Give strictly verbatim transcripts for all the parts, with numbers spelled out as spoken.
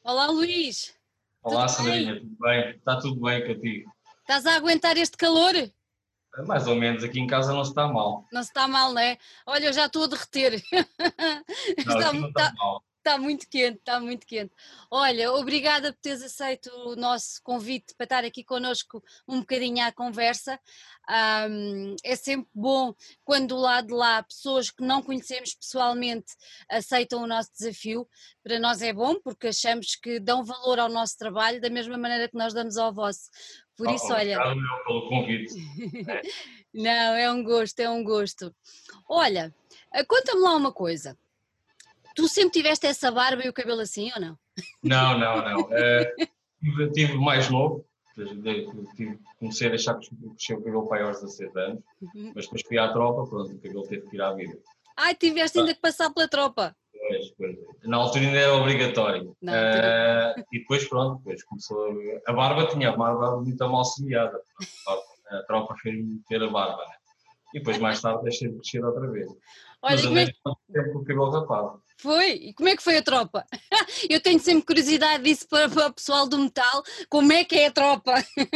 Olá, Luís. Olá, Tudo bem? Sandrinha, tudo bem? Está tudo bem contigo? Estás a aguentar este calor? Mais ou menos, aqui em casa não se está mal. Não se está mal, não é? Olha, eu já estou a derreter. Não, Está, aqui mu- não está está, mal. está muito quente, está muito quente. Olha, obrigada por teres aceito o nosso convite para estar aqui connosco um bocadinho à conversa. Ahm, é sempre bom quando do lado de lá pessoas que não conhecemos pessoalmente aceitam o nosso desafio. Para nós é bom porque achamos que dão valor ao nosso trabalho da mesma maneira que nós damos ao vosso. Por Oh, isso, olha. obrigado meu, pelo convite. É. Não, é um gosto, é um gosto. Olha, eh, conta-me lá uma coisa. Tu sempre tiveste essa barba e o cabelo assim ou não? Não, não, não. Eh, tive, tive mais novo, de- de- tive- comecei a deixar crescer o cabelo para aí aos dezasseis anos, Uhum. mas depois fui à tropa, pronto, o cabelo teve que ir à vida. Ai, tiveste ainda que passar pela tropa. Pois, pois, na altura ainda era obrigatório. Na altura. Eh, e depois, pronto, depois começou a... a barba tinha a barba muito mal semeada. Pronto, a tropa fez-me ter a barba, né? E depois, mais tarde, deixei de crescer outra vez. Olha, Mas e como é andei que muito tempo com o cabelo rapado. foi? E como é que foi a tropa? Eu tenho sempre curiosidade disso para, para o pessoal do metal. Como é que é a tropa?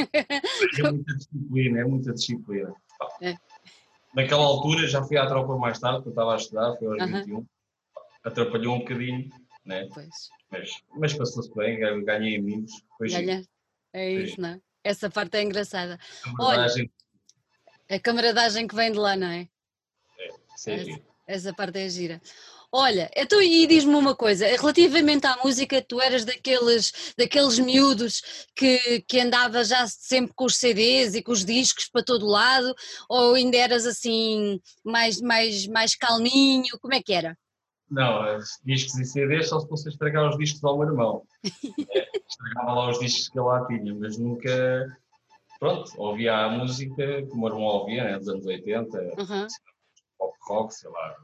É muita disciplina, é muita disciplina. É, Naquela altura, já fui à tropa mais tarde, porque eu estava a estudar, foi aos aham, vinte e um. Atrapalhou um bocadinho, né? pois. mas, mas passou-se bem, ganhei amigos, foi giro. Ganha. É Foi isso, giro. não é? Essa parte é engraçada. A Olha, verdade a camaradagem que vem de lá, não é? é, isso é Essa, giro. essa parte é gira. Olha, então e diz-me uma coisa, relativamente à música, tu eras daqueles, daqueles miúdos que, que andava já sempre com os C Ds e com os discos para todo lado, ou ainda eras assim mais, mais, mais calminho, como é que era? Não, discos e C Ds só se fosse estragar os discos ao meu irmão. Estragava lá os discos que ele lá tinha, mas nunca. Pronto, ouvia a música que o meu irmão ouvia, né, dos anos oitenta, Uhum. pop rock, sei lá,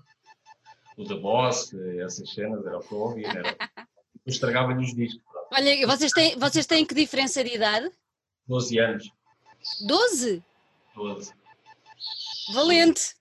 o The Boss, essas cenas, era o que eu ouvia, né, era. Eu estragava-lhe os discos, pronto. Olha, e vocês têm, vocês têm que diferença de idade? doze anos, Doze. doze, Valente,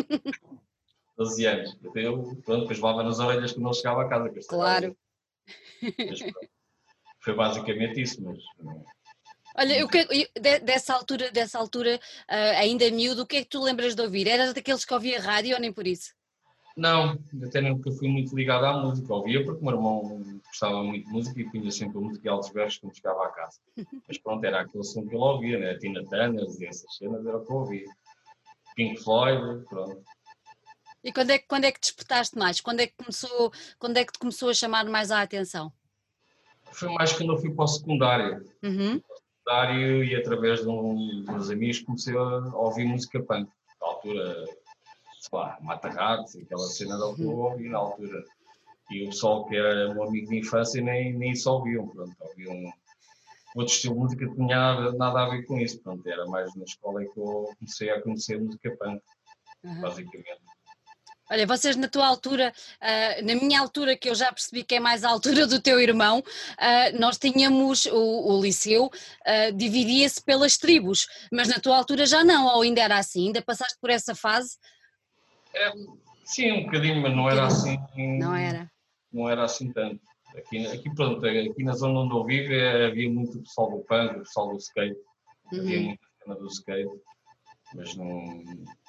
doze anos. Eu, pronto, depois levava nas orelhas quando ele chegava a casa, que eu estragava. claro. Mas pronto, foi basicamente isso, mas não, Olha, eu, nunca. que- eu- de- dessa altura, dessa altura, ah, ainda miúdo, o que é que tu lembras de ouvir? Eras daqueles que ouvia rádio ou nem por isso? Não, até nunca fui muito ligado à música. Ouvia porque o meu irmão gostava muito de música e punha sempre a música e altos berros quando chegava à casa. Mas pronto, era aquele som que ele ouvia, né? Tina Turner e essas cenas era o que eu ouvia. Pink Floyd, pronto. E quando é, que- quando é que despertaste mais? Quando é que começou, quando é que te começou a chamar mais a atenção? Foi mais quando eu fui para o secundário. Uhum, Secundário e através de um dos amigos comecei a ouvir música punk. Na altura, sei lá, Mata Ratos, aquela cena era o que eu uhum. ouvi na altura. E o pessoal que era um amigo de infância nem, nem isso ouviam, pronto, ouviam outro estilo de música que tinha nada, nada a ver com isso, pronto, era mais na escola que eu comecei a conhecer música punk, Uhum. basicamente. Olha, vocês na tua altura, ah, na minha altura, que eu já percebi que é mais a altura do teu irmão, ah, nós tínhamos o, o liceu, ah, dividia-se pelas tribos, mas na tua altura já não, ou ainda era assim, ainda passaste por essa fase? É, sim, um bocadinho, mas Um não era bocadinho, assim, não era? não era assim tanto. Aqui, aqui, pronto, aqui na zona onde eu vivo é, havia muito pessoal do punk, o pessoal do skate, havia Uhum. muita cena do skate, mas não...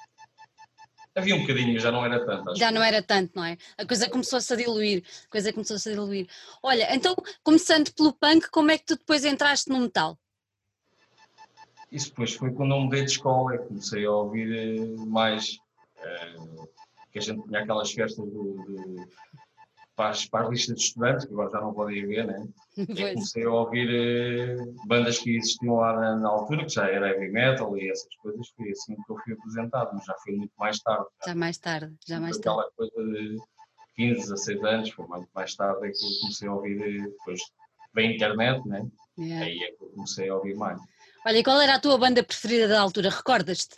Havia um bocadinho, mas já não era tanto, Já acho não eu. era tanto, não é? A coisa começou-se a diluir, a coisa começou-se a diluir. Olha, então, começando pelo punk, como é que tu depois entraste no metal? Isso depois foi quando eu mudei de escola, e comecei a ouvir eh, mais, eh, que a gente tinha aquelas festas do, do, para, as, para as listas de estudantes, que agora já não podem ver, né? E Pois, comecei a ouvir eh, bandas que existiam lá na, na altura, que já era heavy metal e essas coisas, foi assim que eu fui apresentado, mas já foi muito mais tarde, já já mais tarde, já não mais foi tarde. aquela coisa de quinze, dezasseis anos, foi muito mais tarde é que eu comecei a ouvir, eh, depois veio a internet, né? Yeah. Aí é que eu comecei a ouvir mais. Olha, e qual era a tua banda preferida da altura? Recordas-te?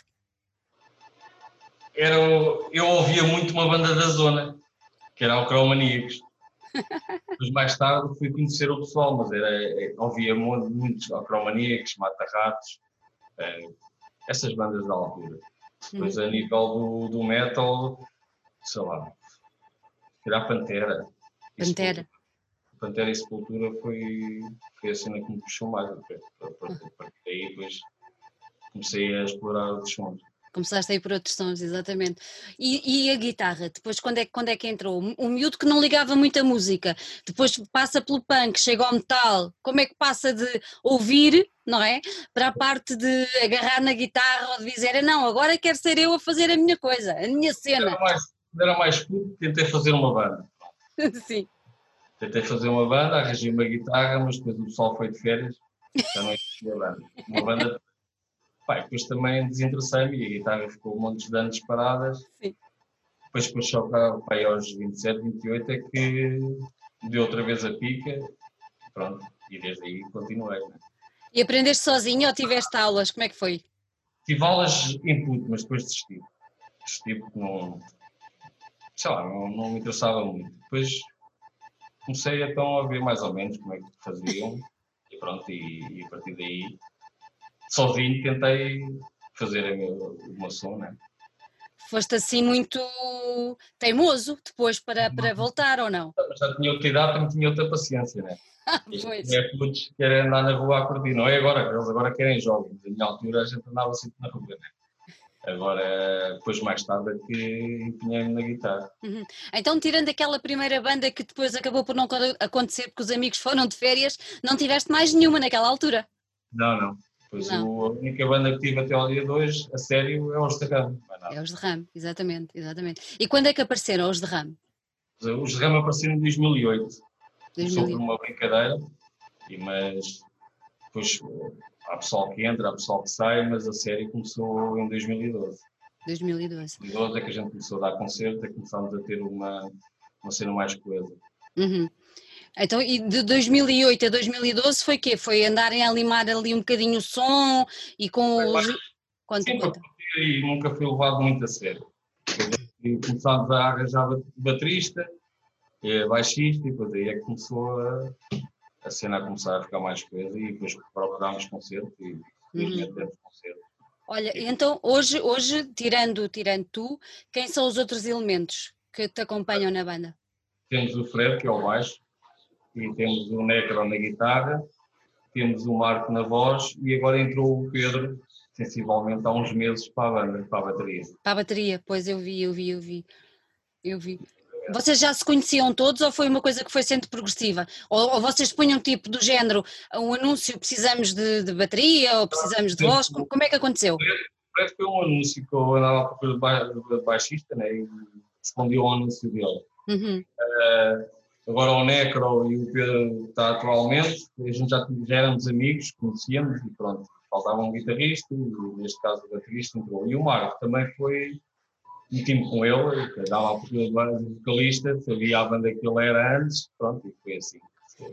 Era, o- eu ouvia muito uma banda da zona, que era o Cromaníacos. Depois mais tarde fui conhecer o pessoal, mas era, é, ouvia muito, muitos Cromaníacos, Mata Ratos, é, essas bandas da altura. Depois Uhum. a nível do, do metal, sei lá, era a Pantera. Isso, Pantera. Pantera e Sepultura foi, foi a cena que me puxou mais. A partir daí depois comecei a explorar outros sons. Começaste a ir por outros sons, exatamente. E, e a guitarra, depois quando é, quando é que entrou? O miúdo que não ligava muito a música, depois passa pelo punk, chega ao metal, como é que passa de ouvir, não é? Para a parte de agarrar na guitarra ou de dizer, não, agora quero ser eu a fazer a minha coisa, a minha cena. Era mais, era mais puto, tentei fazer uma banda. Sim. Tentei fazer uma banda, arranjei uma guitarra, mas depois o pessoal foi de férias, já não existia banda. Uma banda, pá, depois também desinteressei-me e a guitarra ficou um monte de anos paradas. Sim. Depois, depois só cá, pá, aos vinte e sete, vinte e oito é que deu outra vez a pica, pronto, e desde aí continuei. Né? E aprendeste sozinho ou tiveste aulas? Como é que foi? Tive aulas input, mas depois desisti. Desisti porque não, sei lá, não, não me interessava muito. Depois comecei então a ver mais ou menos como é que faziam e pronto, e, e a partir daí, sozinho, tentei fazer a meu, o meu som, né? Foste assim muito teimoso depois para, para voltar ou não? Mas já tinha outra idade, também tinha outra paciência, né? Pois. É putos que querem andar na rua a curtir, não é agora, eles agora querem jogos. Na minha altura a gente andava sempre na rua, né? Agora, depois mais tarde é que empenhei-me na guitarra. Uhum. Então, tirando aquela primeira banda que depois acabou por não acontecer porque os amigos foram de férias, não tiveste mais nenhuma naquela altura? Não, não. Pois Não. o, a única banda que tive até ao dia de hoje, a sério, é os Derrame. É os Derrame, exatamente, exatamente. E quando é que apareceram os Derrame? Os Derrame apareceram em dois mil e oito. Começou por dois mil e oito. uma brincadeira, mas depois há pessoal que entra, há pessoal que sai, mas a série começou em dois mil e doze. dois mil e doze. dois mil e doze é que a gente começou a dar concerto, é que começámos a ter uma, uma cena mais coesa. Uhum. Então, e de dois mil e oito a dois mil e doze foi o quê? Foi andarem a limar ali um bocadinho o som e com os... Conta, Sim, conta. e nunca fui levado muito a sério. E começámos a arranjar baterista, baixista, e depois aí é que começou a, a cena a começar a ficar mais coisa e depois procurámos concerto e felizmente Uhum. temos concerto. Olha, então hoje, hoje tirando, tirando tu, quem são os outros elementos que te acompanham na banda? Temos o Fred, que é o baixo, e temos o Necro na guitarra, temos o Marco na voz e agora entrou o Pedro, sensivelmente há uns meses, para a banda, para a bateria. Para a bateria, pois eu vi, eu vi, eu vi, eu vi. Vocês já se conheciam todos ou foi uma coisa que foi sendo progressiva? Ou, ou vocês punham tipo do género, um anúncio, precisamos de, de bateria ou precisamos de voz? Como, como é que aconteceu? Parece que foi um anúncio que eu andava à procura de, ba de baixista, né, e respondi ao anúncio dele. Uhum. Uh, agora o Necro e o Pedro está atualmente, a gente já, já éramos amigos, conhecíamos e pronto, faltava um guitarrista e neste caso o baterista entrou. E o Marco também foi, meti-me com ele, dava a oportunidade de vocalista, sabia a banda que ele era antes, pronto, e foi assim.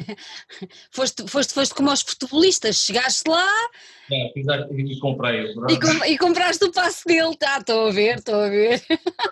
foste, foste, foste como aos futebolistas, chegaste lá é, fiz a, e comprei. e, com, e compraste o passe dele, tá, estou a ver, estou a ver.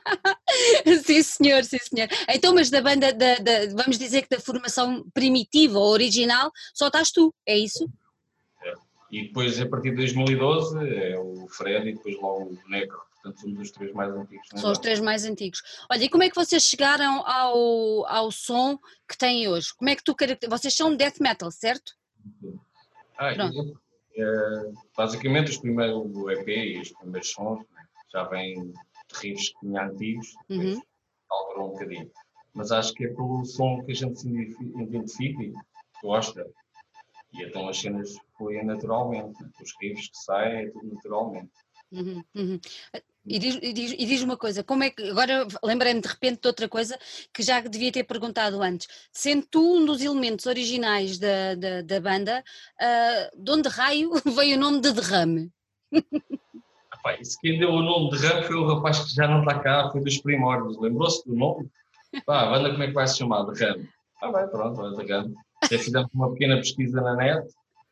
Sim senhor, sim senhor. Então, mas da banda, da, da, vamos dizer que da formação primitiva ou original, só estás tu, é isso? É. E depois, a partir de dois mil e doze, é o Fred e depois logo o Necro. Portanto, somos os três mais antigos. São os três mais antigos. Olha, e como é que vocês chegaram ao, ao som que têm hoje? Como é que tu caracterizas? Vocês são death metal, certo? Ah, eu, é, basicamente, os primeiros o E P e os primeiros sons, né, já vêm de riffs que tinha antigos, depois Uhum. alterou um bocadinho. Mas acho que é pelo som que a gente se identifica e gosta. E então as cenas fluem naturalmente. Né? Os riffs que saem é tudo naturalmente. Uhum, uhum. E diz, e, diz, e diz uma coisa, como é que, agora lembrei-me de repente de outra coisa que já devia ter perguntado antes, sendo tu um dos elementos originais da, da, da banda, uh, de onde raio veio o nome de Derrame? Rapaz, isso quem deu o nome de Derrame foi o rapaz que já não está cá, foi dos primórdios, lembrou-se do nome? Pá, a banda como é que vai se chamar? Derrame. Ah bem, pronto, é Derrame. Até fizemos uma pequena pesquisa na net,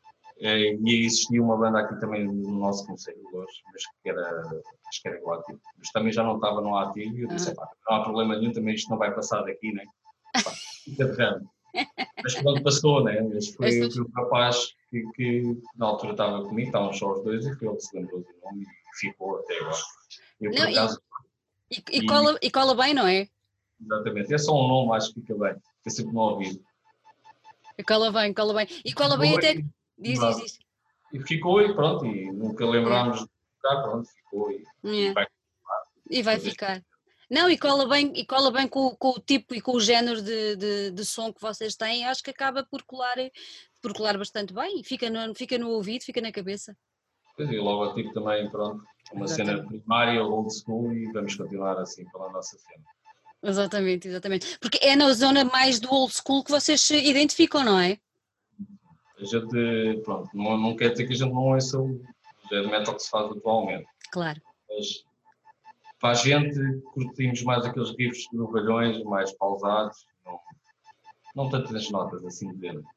e existia uma banda aqui também no nosso concelho hoje, mas que era, acho que era igual, tipo, mas também já não estava no ativo e eu disse, pá, não há problema nenhum, também isto não vai passar daqui, né? Pá, fica de ramo. Mas pronto, passou, né? Mas foi, foi o rapaz que, que na altura estava comigo, estavam só os dois e foi ele que se lembrou do nome e ficou até agora. Eu, por não, acaso, e, e, e, cola, e cola bem, não é? Exatamente, é só um nome, acho que fica bem, fica sempre no ouvido. Cola bem, cola bem. E cola bem Ficou até. e, Diz, diz, diz. e ficou e pronto, e nunca É, lembrámos de tocar, pronto, ficou e, e é. vai E vai fazer. ficar. Não, e cola bem, e cola bem com, com o tipo e com o género de, de, de som que vocês têm, acho que acaba por colar, por colar bastante bem, fica no, fica no ouvido, fica na cabeça. Pois, e o logotipo também, pronto, uma cena Exatamente. primária, old school, e vamos continuar assim pela nossa cena. Exatamente, exatamente. Porque é na zona mais do old school que vocês se identificam, não é? A gente, pronto, não, não quer dizer que a gente não ouça o death metal que se faz atualmente, Claro. mas para a gente curtimos mais aqueles riffs novalhões, mais pausados, não, não tantas notas assim de dentro.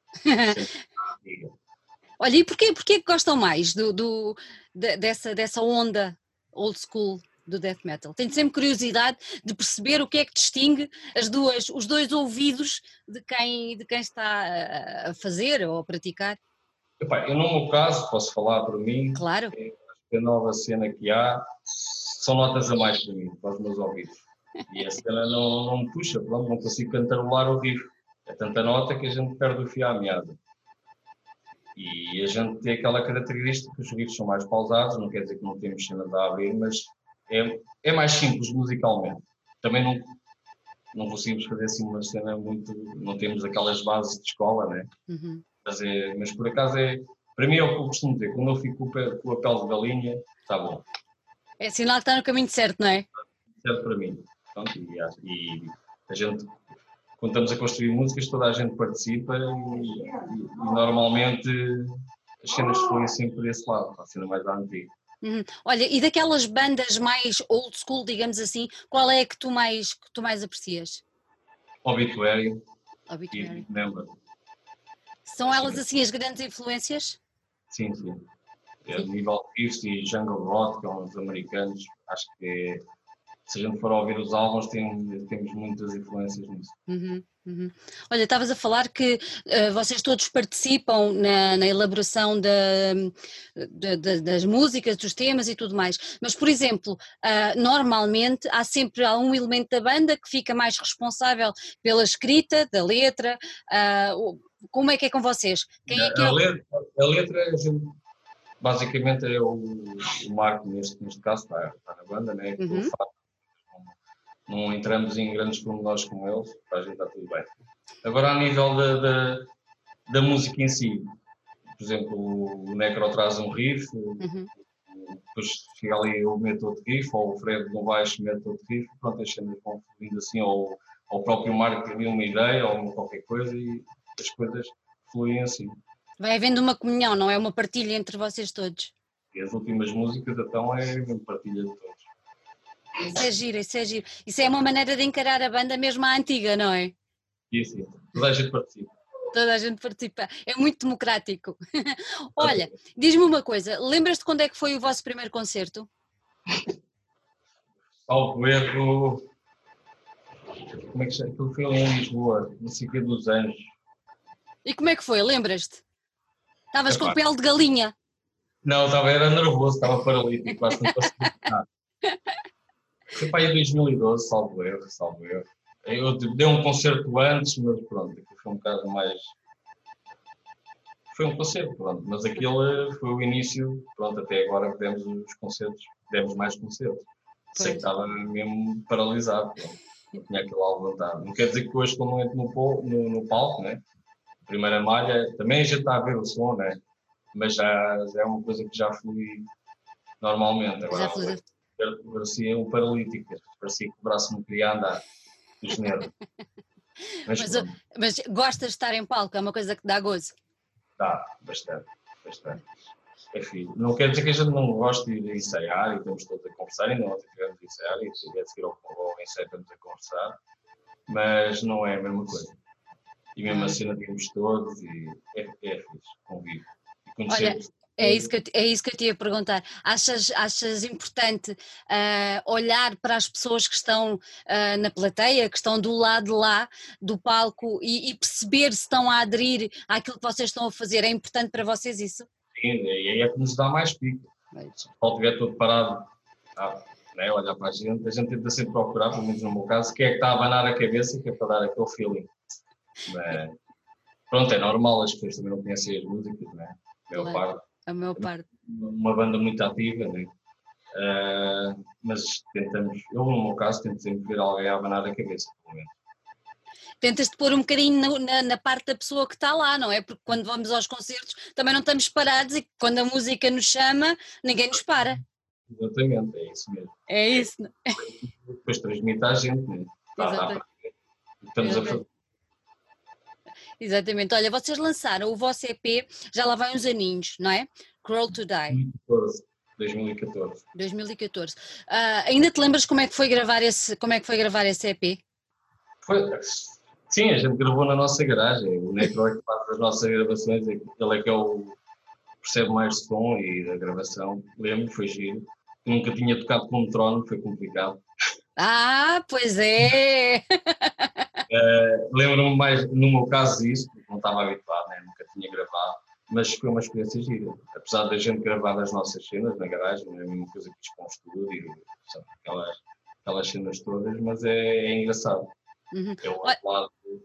Olha, e porquê, porquê que gostam mais do, do, de- dessa, dessa onda old school do death metal? Tenho sempre curiosidade de perceber o que é que distingue as duas, os dois ouvidos de quem, de quem está a- a fazer ou a praticar. Epá, eu no meu caso, posso falar por mim, Claro. é, acho que a nova cena que há são notas a mais para mim, para os meus ouvidos. E a cena não, não me puxa, pronto, não consigo cantarolar o riff. É tanta nota que a gente perde o fio à meada. E a gente tem aquela característica que os riffs são mais pausados, não quer dizer que não temos cenas a abrir, mas é, é mais simples musicalmente. Também não, não conseguimos fazer assim uma cena muito. Não temos aquelas bases de escola, né? Uhum. Mas, é, mas por acaso é. Para mim é o que eu costumo dizer, quando eu fico com o pé- com a pele de galinha, está bom. É sinal que está no caminho certo, não é? Certo para mim. Pronto, e, e a gente, quando estamos a construir músicas, toda a gente participa e, e, e normalmente as cenas fluem sempre por esse lado, a cena mais da antiga. Uhum. Olha, e daquelas bandas mais old school, digamos assim, qual é a que tu mais, que tu mais aprecias? Obituário e Obituary. Member. São elas assim as grandes influências? Sim, sim. É, Sim. nível Fifth e Jungle Rot, que são os americanos, acho que é, se a gente for ouvir os álbuns, tem, temos muitas influências nisso. Uhum, uhum. Olha, estavas a falar que uh, vocês todos participam na, na elaboração da, da- da- das músicas, dos temas e tudo mais, mas, por exemplo, uh, normalmente há sempre um elemento da banda que fica mais responsável pela escrita da letra. Uh, como é que é com vocês? Quem é que A, é? a letra, a letra a gente, basicamente é o, o Marco, neste, neste caso, está, está na banda, né, que eu Uhum. faço. Não, não entramos em grandes pormenores com eles, para a gente está tudo bem. Agora, a nível da, da, da música em si, por exemplo, o Necro traz um riff, Uhum. depois chega ali eu meto outro riff, ou o Fred no baixo mete outro riff, pronto, as cenas vão fluindo assim, ou, ou o próprio Marco tem uma ideia, ou qualquer coisa, e as coisas fluem assim. Vai havendo uma comunhão, não é uma partilha entre vocês todos. E as últimas músicas, então, é mesmo partilha de todos. Isso é giro, isso é giro. Isso é uma maneira de encarar a banda mesmo à antiga, não é? E assim, toda a gente participa. Toda a gente participa. É muito democrático. Olha, diz-me uma coisa, lembras-te quando é que foi o vosso primeiro concerto? Salvo erro, como é que chama? Aquilo foi ali em Lisboa, no Ciclo dos Anjos. E como é que foi? Lembras-te? Estavas com Epá, pele de galinha. não, estava, era nervoso, estava paralítico, quase não conseguia nada. Foi para aí em dois mil e doze, salvo erro, salvo erro. Eu dei um concerto antes, mas pronto, aquilo foi um bocado mais. Foi um concerto, pronto, mas aquele foi o início, pronto, até agora que demos os concertos, demos mais concertos. Sei que estava mesmo paralisado, pronto. Não tinha aquilo a levantar. Não quer dizer que hoje, quando entro no, no, no palco, né? Primeira malha, também já está a ver o som, né? Mas já, já é uma coisa que já flui normalmente. Agora, Já foi. parecia um paralítico, parecia que o braço não queria andar, dos nervos. Mas, Mas, pronto, mas gostas de estar em palco, é uma coisa que dá gozo. dá, bastante, bastante. É filho. Não quer dizer que a gente não goste de ensaiar e estamos todos a conversar, ainda ontem tivemos de ensaiar e se a seguir ao, ao ensaio estamos a conversar, mas não é a mesma coisa. E mesmo assim não temos todos e é, é fixe, convivo. E conhecer Olha, é isso que eu, é isso que eu te ia perguntar. Achas, achas importante uh, olhar para as pessoas que estão uh, na plateia, que estão do lado de lá do palco e, e perceber se estão a aderir àquilo que vocês estão a fazer? É importante para vocês isso? Sim, e aí é que nos dá mais pico. Se o pessoal estiver todo parado, ah, né, olhar para a gente, a gente tenta sempre procurar, pelo menos no meu caso, quem é que está a abanar a cabeça, que é para dar aquele feeling. Mas, pronto, é normal, as pessoas também não conhecem as músicas, não é? A maior Claro, parte. a maior parte. Uma banda muito ativa, não é? Uh, mas tentamos, eu no meu caso, tento sempre ver alguém a abanar a cabeça, pelo menos. Tentas-te pôr um bocadinho na, na, na parte da pessoa que está lá, não é? Porque quando vamos aos concertos também não estamos parados e quando a música nos chama, ninguém nos para. Exatamente, é isso mesmo. É isso, não é? Depois transmite à gente, né? Está, está para ver. Estamos a fazer. Exatamente. Olha, vocês lançaram o vosso E P, já lá vai uns aninhos, não é? Crawl to Die. dois mil e catorze. dois mil e catorze. Uh, ainda te lembras como é que foi gravar esse, como é que foi gravar esse E P? Foi, sim, a gente gravou na nossa garagem. O Necro é que faz as nossas gravações, ele é que é o percebe mais de som e da gravação. Lembro, foi giro. Nunca tinha tocado com um trono, foi complicado. Ah, pois é! uh, Lembro-me mais, no meu caso, disso, porque não estava habituado, né? Nunca tinha gravado, mas foi uma experiência gira. Apesar da gente gravar as nossas cenas na garagem, não é a mesma coisa que isto com o estúdio, sabe, aquelas, aquelas cenas todas, mas é, é engraçado. Uhum. É o outro lado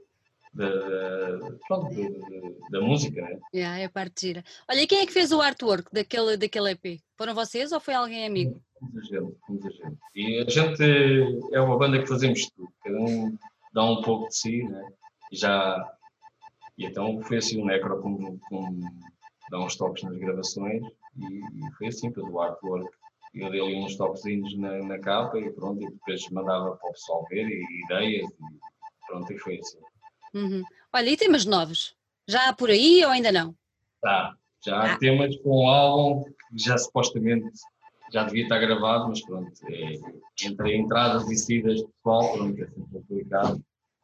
da, pronto, da, da música, né? Yeah, é a parte gira. Olha, e quem é que fez o artwork daquele, daquele E P? Foram vocês ou foi alguém amigo? Muita gente, muita gente. E a gente é uma banda que fazemos tudo, cada um dá um pouco de si, né? E já. E então foi assim o Necro como, como dá uns toques nas gravações e, e foi assim, pelo o artwork. Eu dei ali uns toquezinhos na, na capa e pronto, e depois mandava para o pessoal ver e ideias e pronto, e foi assim. Uhum. Olha, e temas novos? Já há por aí ou ainda não? Tá, já há Ah. temas com um álbum que já supostamente já devia estar gravado, mas pronto, é, entre entradas e saídas de pessoal, pronto, é sempre complicado.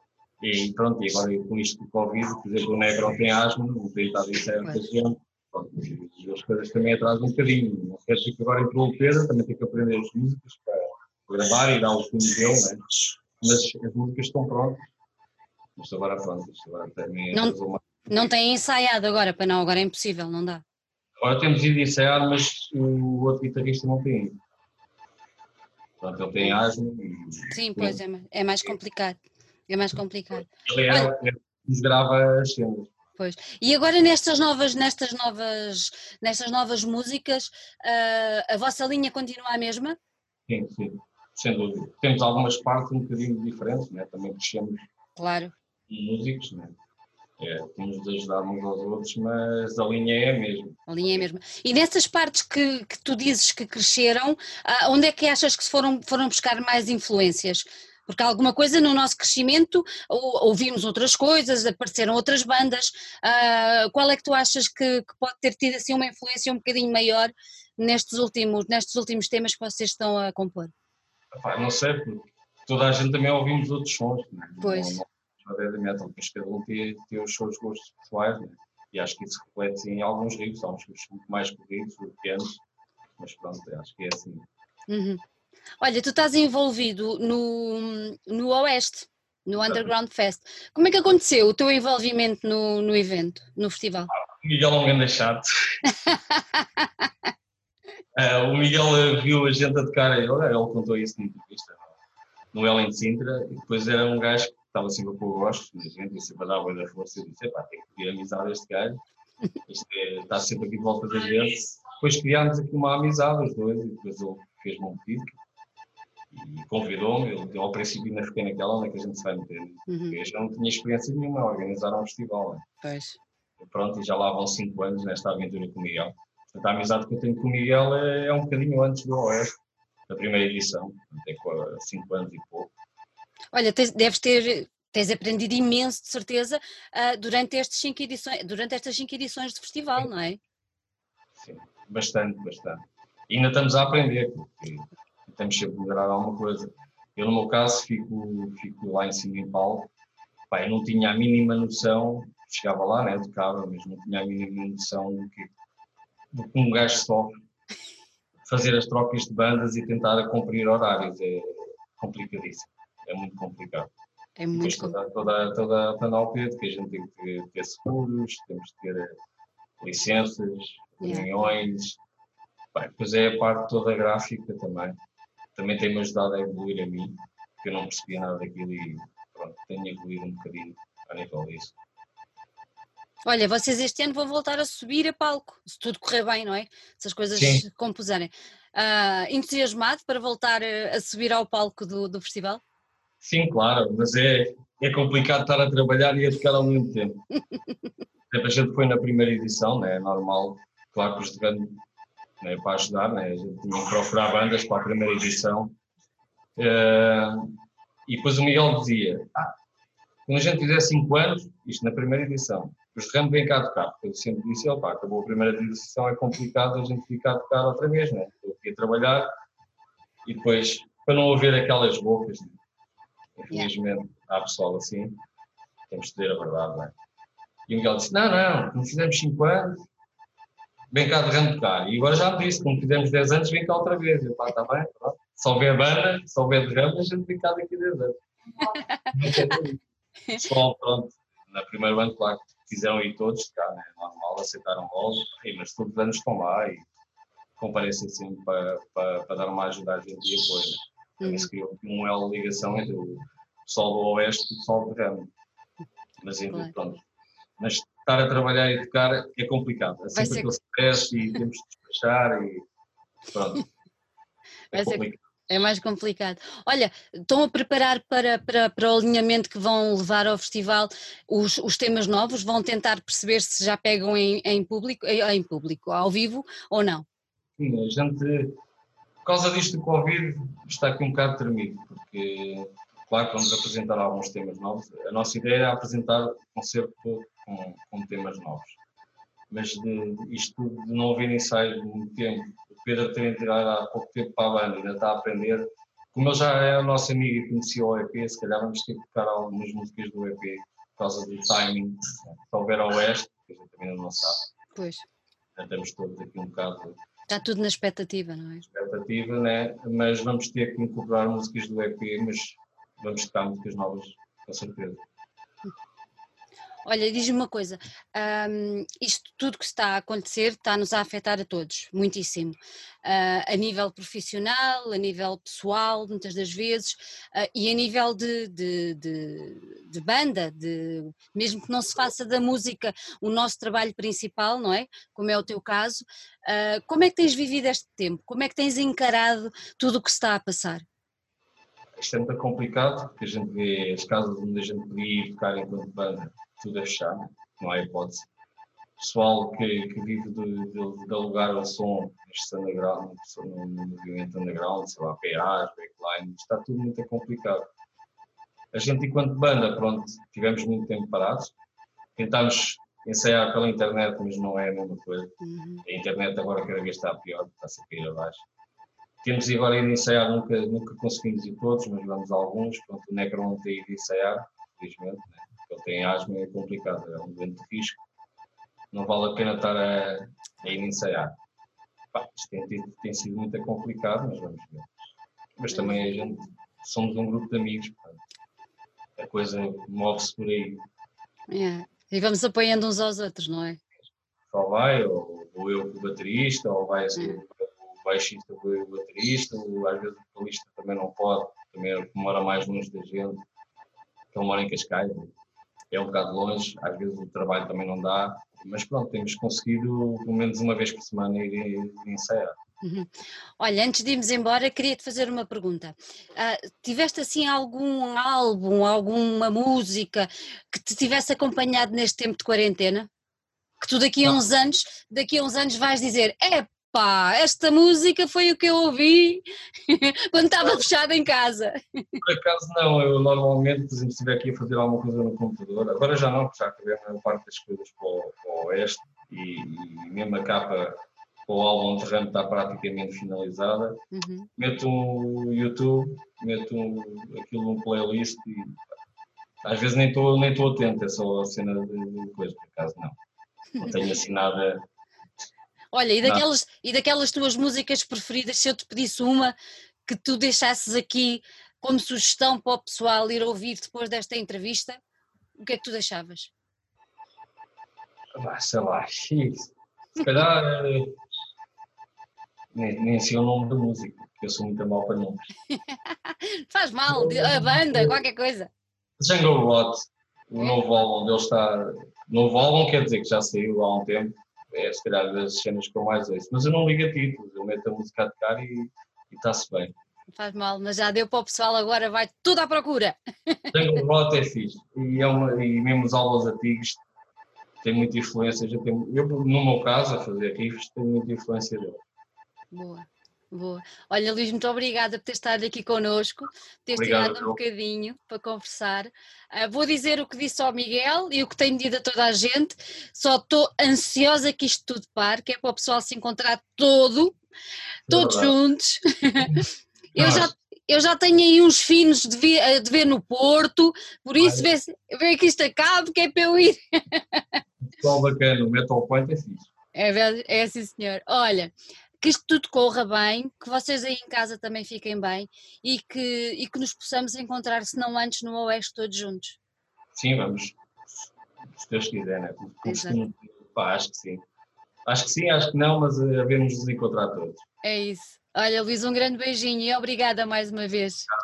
E pronto, e agora com isto do Covid, por exemplo, o Negro tem asma, não tem estado em certa gente, pronto, e as coisas também atrasam um bocadinho. Não quer dizer que agora entrou o Pedro, também tem que aprender as músicas para gravar e dar o fundo dele, né? Mas as músicas estão prontas. Isto agora pronto, isto agora também não, uma... não têm ensaiado agora, para não, agora é impossível, não dá. Agora temos ido ensaiar, mas o outro guitarrista não tem ido. Portanto, ele tem asma e... Sim, pois é, é mais complicado. É mais complicado. Ele é, Olha, ele nos grava as cenas. Pois. E agora nestas novas, nestas novas, nestas novas músicas, uh, a vossa linha continua a mesma? Sim, sim, sem dúvida. Temos algumas partes um bocadinho diferentes, né? Também crescemos claro. músicos, né? É, temos de ajudar uns aos outros, mas a linha é a mesma. A linha é a mesma. E nessas partes que, que tu dizes que cresceram, uh, onde é que achas que se foram, foram buscar mais influências? Porque alguma coisa no nosso crescimento, ou, ouvimos outras coisas, apareceram outras bandas, uh, qual é que tu achas que, que pode ter tido assim uma influência um bocadinho maior nestes últimos, nestes últimos temas que vocês estão a compor? Epá, não sei, porque toda a gente também ouvimos outros sons, né? Pois. Não, não é de metal, mas cada um tem, tem os seus gostos pessoais, né? E acho que isso reflete em alguns riffs, há uns riffs muito mais corridos, pequenos, mas pronto, acho que é assim. Uhum. Olha, tu estás envolvido no, no Oeste, no Underground Fest. Como é que aconteceu o teu envolvimento no, no evento, no festival? O Miguel é um grande chato. uh, o Miguel viu a gente a tocar, ele, ele contou isso na entrevista no Ellen de Sintra, e depois era um gajo que estava sempre com o gosto, a gente, e sempre a dar boa da força, e disse, pá, tem que pedir amizade a este gajo, este é, está sempre aqui de volta da gente. Depois criámos aqui uma amizade, os dois, e depois ele fez-me um pedido, e convidou-me, ele ao princípio ainda fiquei naquela, onde é que a gente se vai meter, uhum. Porque eu já não tinha experiência nenhuma a organizar um festival, né? Pois. E pronto, e já lá vão cinco anos nesta aventura com o Miguel. Portanto, a amizade que eu tenho com o Miguel é, é um bocadinho antes do Oeste, da primeira edição, tem cinco anos e pouco. Olha, tens, deves ter, tens aprendido imenso, de certeza, uh, durante, estes cinco edições, durante estas cinco edições de festival, não é? Sim, bastante, bastante. E ainda estamos a aprender, porque temos sempre a melhorar alguma coisa. Eu, no meu caso, fico, fico lá em cima em palco. Pá, eu não tinha a mínima noção, chegava lá, né, tocava, mas não tinha a mínima noção do que, do que um gajo sofre. Fazer as trocas de bandas e tentar cumprir horários é complicadíssimo, é muito complicado. É muito depois toda, toda, toda a panóplia de que a gente tem que ter, ter seguros, temos que ter licenças, reuniões, yeah. Depois é a parte toda gráfica também, também tem-me ajudado a evoluir a mim, porque eu não percebia nada daquilo e pronto, tenho evoluído um bocadinho a nível disso. Olha, vocês este ano vão voltar a subir a palco, se tudo correr bem, não é? Se as coisas Sim, se compuserem. Ah, entusiasmado para voltar a, a subir ao palco do, do festival? sim, claro, mas é, é complicado estar a trabalhar e a tocar ao mesmo tempo. A gente foi na primeira edição, né, é normal, claro que os de né, para ajudar, né, a gente tinha que procurar bandas para a primeira edição. Uh, e depois o Miguel dizia, ah, quando a gente fizer cinco anos, isto na primeira edição, os de ramo vêm cá tocar. Eu sempre disse, opa, acabou a primeira edição, é complicado a gente ficar a tocar outra vez, né? Eu fui a trabalhar e depois, para não haver aquelas bocas, né? Infelizmente, há pessoal assim, temos de dizer a verdade, não é? E o Miguel disse, não, não, quando fizemos cinco anos, vem cá de ramo tocar. E agora já me disse, quando fizemos dez anos, vem cá outra vez. Eu, pá, está bem, pronto. Se houver banda, se houver de ramo, a gente vem cá daqui a dez anos. Pessoal, pronto, na primeira banda, claro, quiseram ir todos tocar, né? Normal, aceitaram logo, mas todos os anos estão lá e comparecem sempre para, para, para dar uma ajuda à gente e apoio. Né? Também se criou um elo de ligação entre o pessoal do Oeste e o pessoal do ramo. Mas, claro. Pronto. Mas estar a trabalhar e tocar é complicado. É sempre ser... aquele stress e temos de despachar e pronto. É complicado. É mais complicado. Olha, estão a preparar para, para, para o alinhamento que vão levar ao festival os, os temas novos? Vão tentar perceber se já pegam em, em, público, em, em público, ao vivo ou não? Sim, a gente, por causa disto do Covid, está aqui um bocado tremido, porque, claro, que vamos apresentar alguns temas novos. A nossa ideia era apresentar o concerto todo com, com temas novos. Mas de, de isto de não haver ensaios de muito tempo, o Pedro ter entrado há pouco tempo para a banda, ainda está a aprender. Como ele já é o nosso amigo e conhecia o E P, se calhar vamos ter que tocar algumas músicas do E P por causa do timing. Se houver ao Oeste, que a gente também não sabe. Pois. Já estamos todos aqui um bocado... Está tudo na expectativa, não é? Expectativa, né? Mas vamos ter que incorporar músicas do E P, mas vamos tocar músicas novas, com certeza. Olha, diz-me uma coisa, um, isto tudo que está a acontecer está-nos a afetar a todos, muitíssimo, uh, a nível profissional, a nível pessoal, muitas das vezes, uh, e a nível de, de, de, de banda, de, mesmo que não se faça da música o nosso trabalho principal, não é? Como é o teu caso, uh, como é que tens vivido este tempo? Como é que tens encarado tudo o que se está a passar? Isto é muito complicado, porque a gente vê as casas onde a gente podia ir tocar enquanto banda, tudo a fechar, não há hipótese. Pessoal que, que vive de, de, de alugar o som neste underground, no, no movimento underground, sei lá, P As, backline, está tudo muito complicado. A gente, enquanto banda, pronto, tivemos muito tempo parados, tentámos ensaiar pela internet, mas não é a mesma coisa. Uhum. A internet agora cada vez está pior, está-se a cair abaixo. Temos agora ido ensaiar, nunca, nunca conseguimos ir todos, mas vamos a alguns. Pronto, o Necro não tem ido ensaiar, felizmente, né? Ele tem asma e é complicado, é um doente de risco. Não vale a pena estar a, a ir ensaiar. Pá, isto tem, tem sido muito complicado, mas vamos ver. Mas também a gente, somos um grupo de amigos, pá. A coisa move-se por aí. É. E vamos apoiando uns aos outros, não é? Só vai, ou, ou eu com o baterista, ou vai assim, é. O baixista com o baterista, ou às vezes o vocalista também não pode, também mora mais longe da gente, que ele mora em Cascais. É um bocado longe, às vezes o trabalho também não dá, mas pronto, temos conseguido pelo menos uma vez por semana ir, ir ensaiar. Uhum. Olha, antes de irmos embora, queria-te fazer uma pergunta. Uh, tiveste assim algum álbum, alguma música que te tivesse acompanhado neste tempo de quarentena? Que tu daqui a uns anos, daqui a uns anos vais dizer, epá, esta música foi o que eu ouvi quando estava fechado em casa. Por acaso não, eu normalmente, por exemplo, se estiver aqui a fazer alguma coisa no computador, agora já não, porque já acabei a maior parte das coisas para o, para o Oeste e, e mesmo a capa para o álbum de ramo está praticamente finalizada. Uhum. Meto um YouTube, meto um, aquilo num playlist e às vezes nem estou nem estou atento, é só a cena de, de coisa, por acaso não. Não tenho assim nada... Olha, e daquelas, e daquelas tuas músicas preferidas, se eu te pedisse uma que tu deixasses aqui como sugestão para o pessoal ir ouvir depois desta entrevista, o que é que tu deixavas? Ah, sei lá, se calhar nem, nem sei o nome da música, porque eu sou muito mal para nomes. Faz mal, a banda, qualquer coisa. Jungle Rot, o novo álbum dele está, Novo álbum quer dizer que já saiu há um tempo, é se calhar das cenas que eu mais ouço, mas eu não ligo a títulos, eu meto a música a tocar e está-se bem. Não faz mal, mas já deu para o pessoal, agora vai tudo à procura. Jungle Rot é fixe, e, é uma, e mesmo os álbuns antigos têm muita influência, já tem, eu no meu caso, a fazer riffs, tenho muita influência dele. Boa. Boa. Olha, Luís, muito obrigada por ter estado aqui connosco, por teres Obrigado, tirado um bocadinho para conversar. Uh, vou dizer o que disse ao Miguel e o que tenho dito a toda a gente. Só estou ansiosa que isto tudo pare, que é para o pessoal se encontrar todo, todos verdade. juntos. eu, já, eu já tenho aí uns finos de ver, de ver no Porto, por isso vê, vê que isto acabe, que é para eu ir. Pessoal bacana, o Metal Point é fixe. É, é sim, senhor. Olha, que isto tudo corra bem, que vocês aí em casa também fiquem bem e que, e que nos possamos encontrar, se não antes, no Oeste todos juntos. Sim, vamos. Se Deus quiser, né? Costumo, pá, acho que sim. Acho que sim, acho que não, mas havemos nos encontrar todos. É isso. Olha, Luís, um grande beijinho e obrigada mais uma vez.